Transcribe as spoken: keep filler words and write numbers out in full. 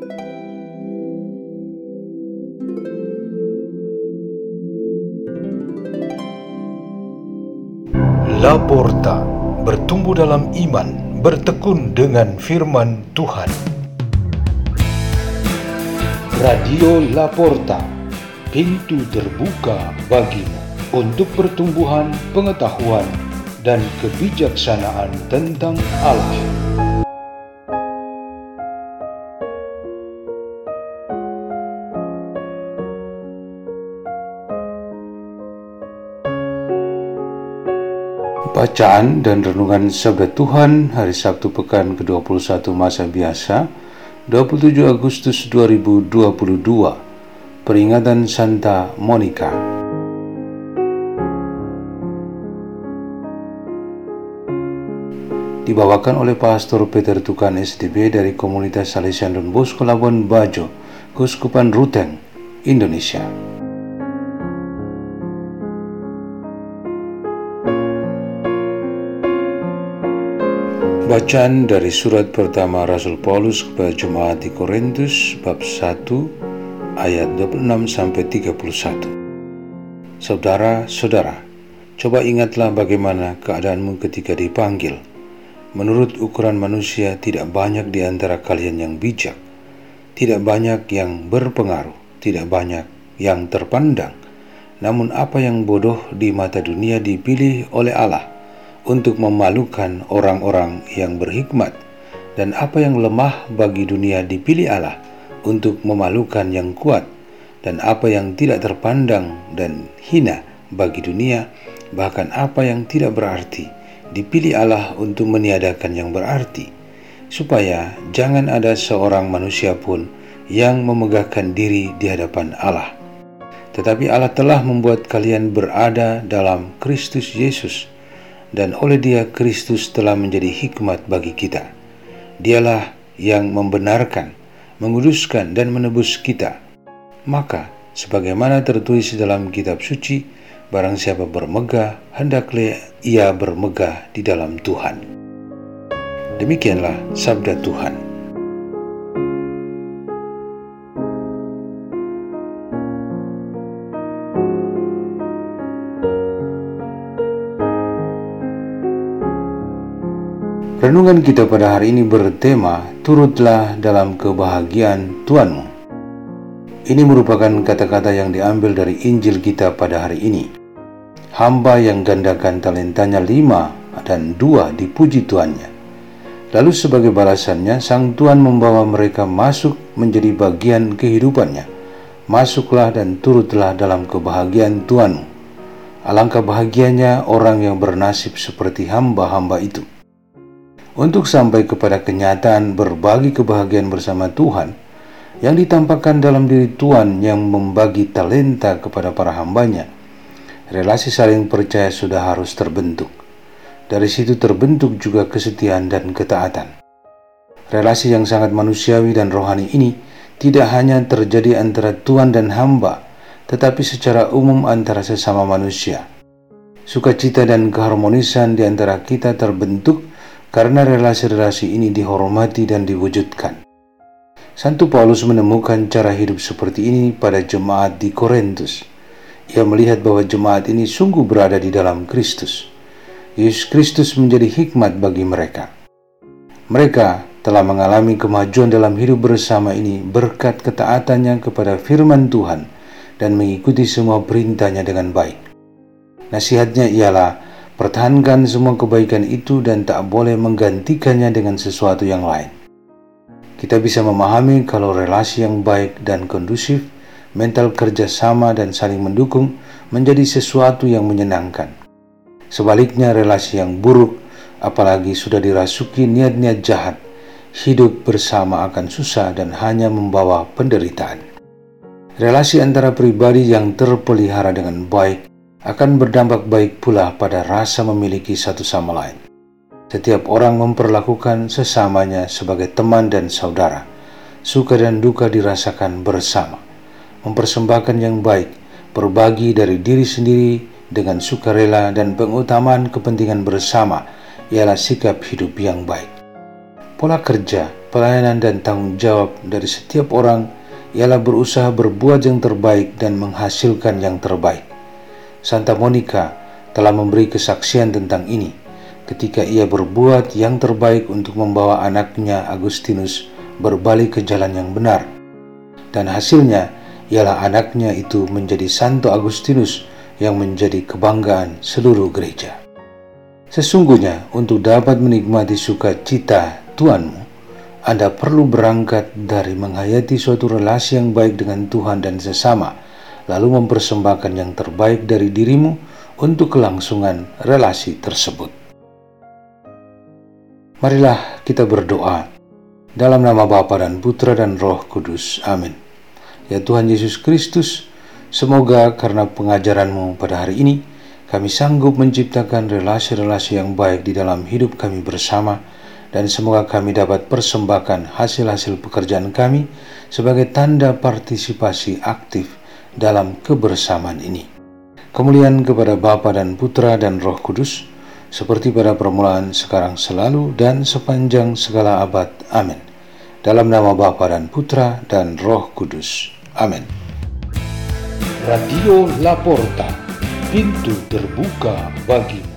Laporta, bertumbuh dalam iman, bertekun dengan firman Tuhan. Radio Laporta, pintu terbuka bagimu untuk pertumbuhan pengetahuan dan kebijaksanaan tentang Allah. Bacaan dan renungan Sabda Tuhan hari Sabtu pekan ke dua puluh satu masa biasa, dua puluh tujuh Agustus dua ribu dua puluh dua, peringatan Santa Monica. Dibawakan oleh Pastor Peter Tukan S D B dari Komunitas Salesian Don Bosco Labuan Bajo, Keuskupan Ruteng, Indonesia. Bacaan dari surat pertama Rasul Paulus kepada jemaat di Korintus bab satu ayat dua puluh enam sampai tiga puluh satu. Saudara-saudara, coba ingatlah bagaimana keadaanmu ketika dipanggil. Menurut ukuran manusia, tidak banyak di antara kalian yang bijak, tidak banyak yang berpengaruh, tidak banyak yang terpandang. Namun apa yang bodoh di mata dunia dipilih oleh Allah untuk memalukan orang-orang yang berhikmat, dan apa yang lemah bagi dunia dipilih Allah untuk memalukan yang kuat, dan apa yang tidak terpandang dan hina bagi dunia, bahkan apa yang tidak berarti, dipilih Allah untuk meniadakan yang berarti, supaya jangan ada seorang manusia pun yang memegahkan diri di hadapan Allah. Tetapi Allah telah membuat kalian berada dalam Kristus Yesus, dan oleh Dia Kristus telah menjadi hikmat bagi kita. Dialah yang membenarkan, menguduskan, dan menebus kita. Maka, sebagaimana tertulis dalam kitab suci, barang siapa bermegah, hendaklah ia bermegah di dalam Tuhan. Demikianlah sabda Tuhan. Renungan kita pada hari ini bertema, turutlah dalam kebahagiaan Tuhanmu. Ini merupakan kata-kata yang diambil dari Injil kita pada hari ini. Hamba yang gandakan talentanya lima dan dua dipuji tuannya. Lalu sebagai balasannya, sang Tuan membawa mereka masuk menjadi bagian kehidupannya. Masuklah dan turutlah dalam kebahagiaan Tuhanmu. Alangkah bahagianya orang yang bernasib seperti hamba-hamba itu. Untuk sampai kepada kenyataan berbagi kebahagiaan bersama Tuhan yang ditampakkan dalam diri Tuhan yang membagi talenta kepada para hambanya, relasi saling percaya sudah harus terbentuk. Dari situ terbentuk juga kesetiaan dan ketaatan. Relasi yang sangat manusiawi dan rohani ini tidak hanya terjadi antara Tuhan dan hamba, tetapi secara umum antara sesama manusia. Sukacita dan keharmonisan di antara kita terbentuk karena relasi-relasi ini dihormati dan diwujudkan. Santo Paulus menemukan cara hidup seperti ini pada jemaat di Korintus. Ia melihat bahwa jemaat ini sungguh berada di dalam Kristus. Yesus Kristus menjadi hikmat bagi mereka. Mereka telah mengalami kemajuan dalam hidup bersama ini berkat ketaatannya kepada firman Tuhan dan mengikuti semua perintahnya dengan baik. Nasihatnya ialah, pertahankan semua kebaikan itu dan tak boleh menggantikannya dengan sesuatu yang lain. Kita bisa memahami kalau relasi yang baik dan kondusif, mental kerjasama dan saling mendukung menjadi sesuatu yang menyenangkan. Sebaliknya, relasi yang buruk, apalagi sudah dirasuki niat-niat jahat, hidup bersama akan susah dan hanya membawa penderitaan. Relasi antara pribadi yang terpelihara dengan baik akan berdampak baik pula pada rasa memiliki satu sama lain. Setiap orang memperlakukan sesamanya sebagai teman dan saudara. Suka dan duka dirasakan bersama. Mempersembahkan yang baik, berbagi dari diri sendiri dengan sukarela dan pengutamaan kepentingan bersama ialah sikap hidup yang baik. Pola kerja pelayanan dan tanggung jawab dari setiap orang ialah berusaha berbuat yang terbaik dan menghasilkan yang terbaik. Santa Monica telah memberi kesaksian tentang ini ketika ia berbuat yang terbaik untuk membawa anaknya Agustinus berbalik ke jalan yang benar. Dan hasilnya ialah anaknya itu menjadi Santo Agustinus yang menjadi kebanggaan seluruh gereja. Sesungguhnya untuk dapat menikmati sukacita Tuhanmu, Anda perlu berangkat dari menghayati suatu relasi yang baik dengan Tuhan dan sesama, lalu mempersembahkan yang terbaik dari dirimu untuk kelangsungan relasi tersebut. Marilah kita berdoa. Dalam nama Bapa dan Putra dan Roh Kudus. Amin. Ya Tuhan Yesus Kristus, semoga karena pengajaran-Mu pada hari ini, kami sanggup menciptakan relasi-relasi yang baik di dalam hidup kami bersama, dan semoga kami dapat persembahkan hasil-hasil pekerjaan kami sebagai tanda partisipasi aktif dalam kebersamaan ini. Kemuliaan kepada Bapa dan Putra dan Roh Kudus, seperti pada permulaan, sekarang, selalu, dan sepanjang segala abad. Amin. Dalam nama Bapa dan Putra dan Roh Kudus. Amin. Radio La Porta, pintu terbuka bagi